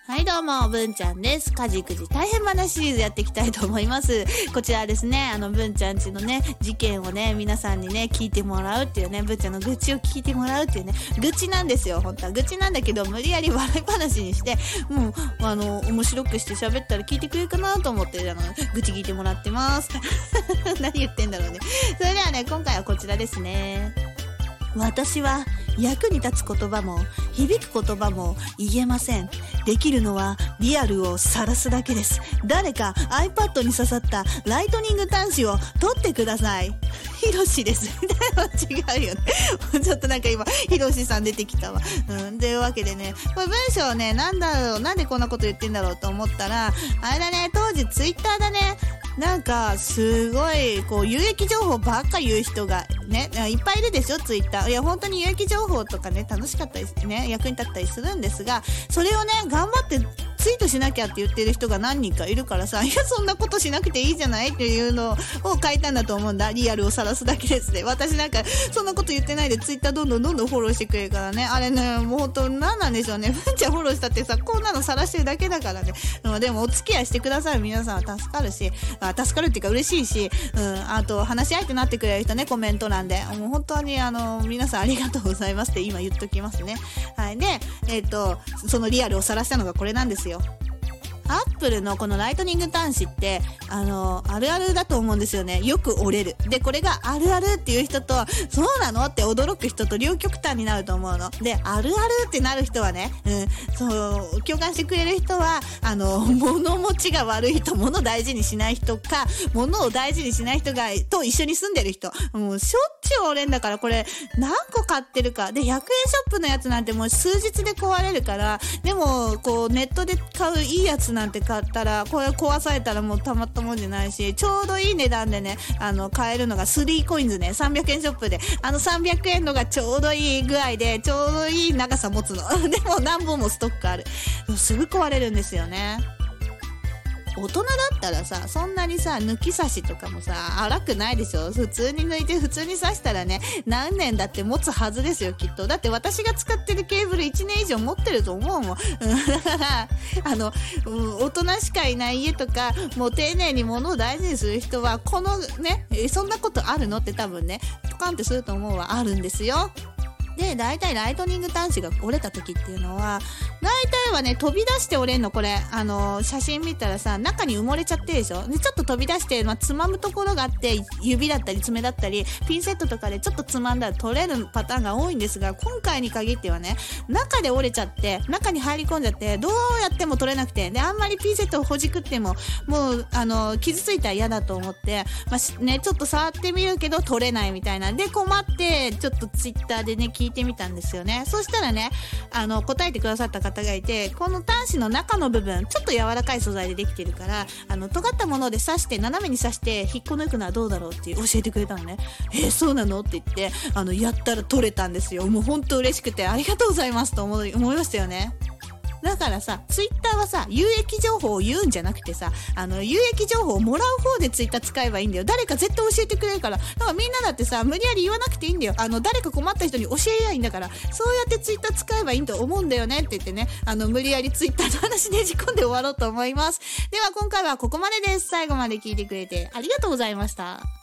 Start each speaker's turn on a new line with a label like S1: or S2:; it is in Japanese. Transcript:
S1: はいどうも、文ちゃんです。家事育児大変話シリーズやっていきたいと思います。こちらはですね、文ちゃんちのね、事件をね、皆さんにね、聞いてもらうっていうね、文ちゃんの愚痴を聞いてもらうっていうね、愚痴なんですよ。本当は愚痴なんだけど、無理やり笑い話にして、もう、面白くして喋ったら聞いてくれるかなと思って、愚痴聞いてもらってます。何言ってんだろうね。それではね、今回はこちらですね。私は役に立つ言葉も響く言葉も言えません。できるのはリアルを晒すだけです。誰か iPad に刺さったライトニング端子を取ってください。ひろしです。違うよね。ちょっとなんか今、ひろしさん出てきたわ。というわけでね、これ文章ね、なんでこんなこと言ってんだろうと思ったら、あれだね、当時ツイッターだね、なんか、すごい、有益情報ばっか言う人が、ね、いっぱいいるでしょ、ツイッター。いや、本当に有益情報とかね、楽しかったりしてね、役に立ったりするんですが、それをね、頑張ってツイートしなきゃって言ってる人が何人かいるからさ、いや、そんなことしなくていいじゃないっていうのを書いたんだと思うんだ。リアルを晒すだけですね。私なんか、そんなこと言ってないでツイッターどんどんフォローしてくれるからね。あれね、もう本当何なんでしょうね。ふんちゃんフォローしたってさ、こんなの晒してるだけだからね。でもお付き合いしてくださる皆さんは助かるし、助かるっていうか嬉しいし、あと話し相手になってくれる人ね、コメント欄で。もう本当に皆さんありがとうございますって今言っときますね。はい。で、そのリアルを晒したのがこれなんですよ。アップルのこのライトニング端子って、あるあるだと思うんですよね。よく折れる。で、これがあるあるっていう人と、そうなのって驚く人と両極端になると思うの。で、あるあるってなる人はね、共感してくれる人は、物持ちが悪い人、物を大事にしない人か、物を大事にしない人が、と一緒に住んでる人。もう、しょっちゅう折れんだから、これ、何個買ってるか。で、100円ショップのやつなんてもう数日で壊れるから、でも、ネットで買ういいやつなんて買ったら、これ壊されたらもうたまったもんじゃないし、ちょうどいい値段でね、買えるのが3コインズね、300円ショップで、300円のがちょうどいい具合で、ちょうどいい長さ持つの。でも何本もストックある。すぐ壊れるんですよね。大人だったらさ、そんなにさ、抜き差しとかもさ、荒くないでしょ。普通に抜いて普通に刺したらね、何年だって持つはずですよ、きっと。だって私が使ってるケーブル1年以上持ってると思うもん。だから、大人しかいない家とか、もう丁寧に物を大事にする人は、このね、そんなことあるのって多分ね、ポカンってすると思うわ。あるんですよ。で、大体ライトニング端子が折れた時っていうのは、大体はね、飛び出して折れんの、これ。写真見たらさ、中に埋もれちゃってるでしょ。で、ちょっと飛び出して、つまむところがあって、指だったり爪だったり、ピンセットとかでちょっとつまんだら取れるパターンが多いんですが、今回に限ってはね、中で折れちゃって、中に入り込んじゃって、どうやっても取れなくて、で、あんまりピンセットをほじくっても、もう、傷ついたら嫌だと思って、ね、ちょっと触ってみるけど取れないみたいな。で、困って、ちょっとツイッターでね、聞いてみたんですよね。そしたらね、答えてくださった方がいて、この端子の中の部分、ちょっと柔らかい素材でできてるから、尖ったもので刺して、斜めに刺して、引っこ抜くのはどうだろうって教えてくれたのね。そうなのって言って、やったら取れたんですよ。もう本当嬉しくて、ありがとうございますと思いましたよね。だからさ、ツイッターはさ、有益情報を言うんじゃなくてさ、有益情報をもらう方でツイッター使えばいいんだよ。誰か絶対教えてくれるから。だからみんなだってさ、無理やり言わなくていいんだよ。誰か困った人に教えりゃいいんだから、そうやってツイッター使えばいいと思うんだよねって言ってね、無理やりツイッターの話ねじ込んで終わろうと思います。では今回はここまでです。最後まで聞いてくれてありがとうございました。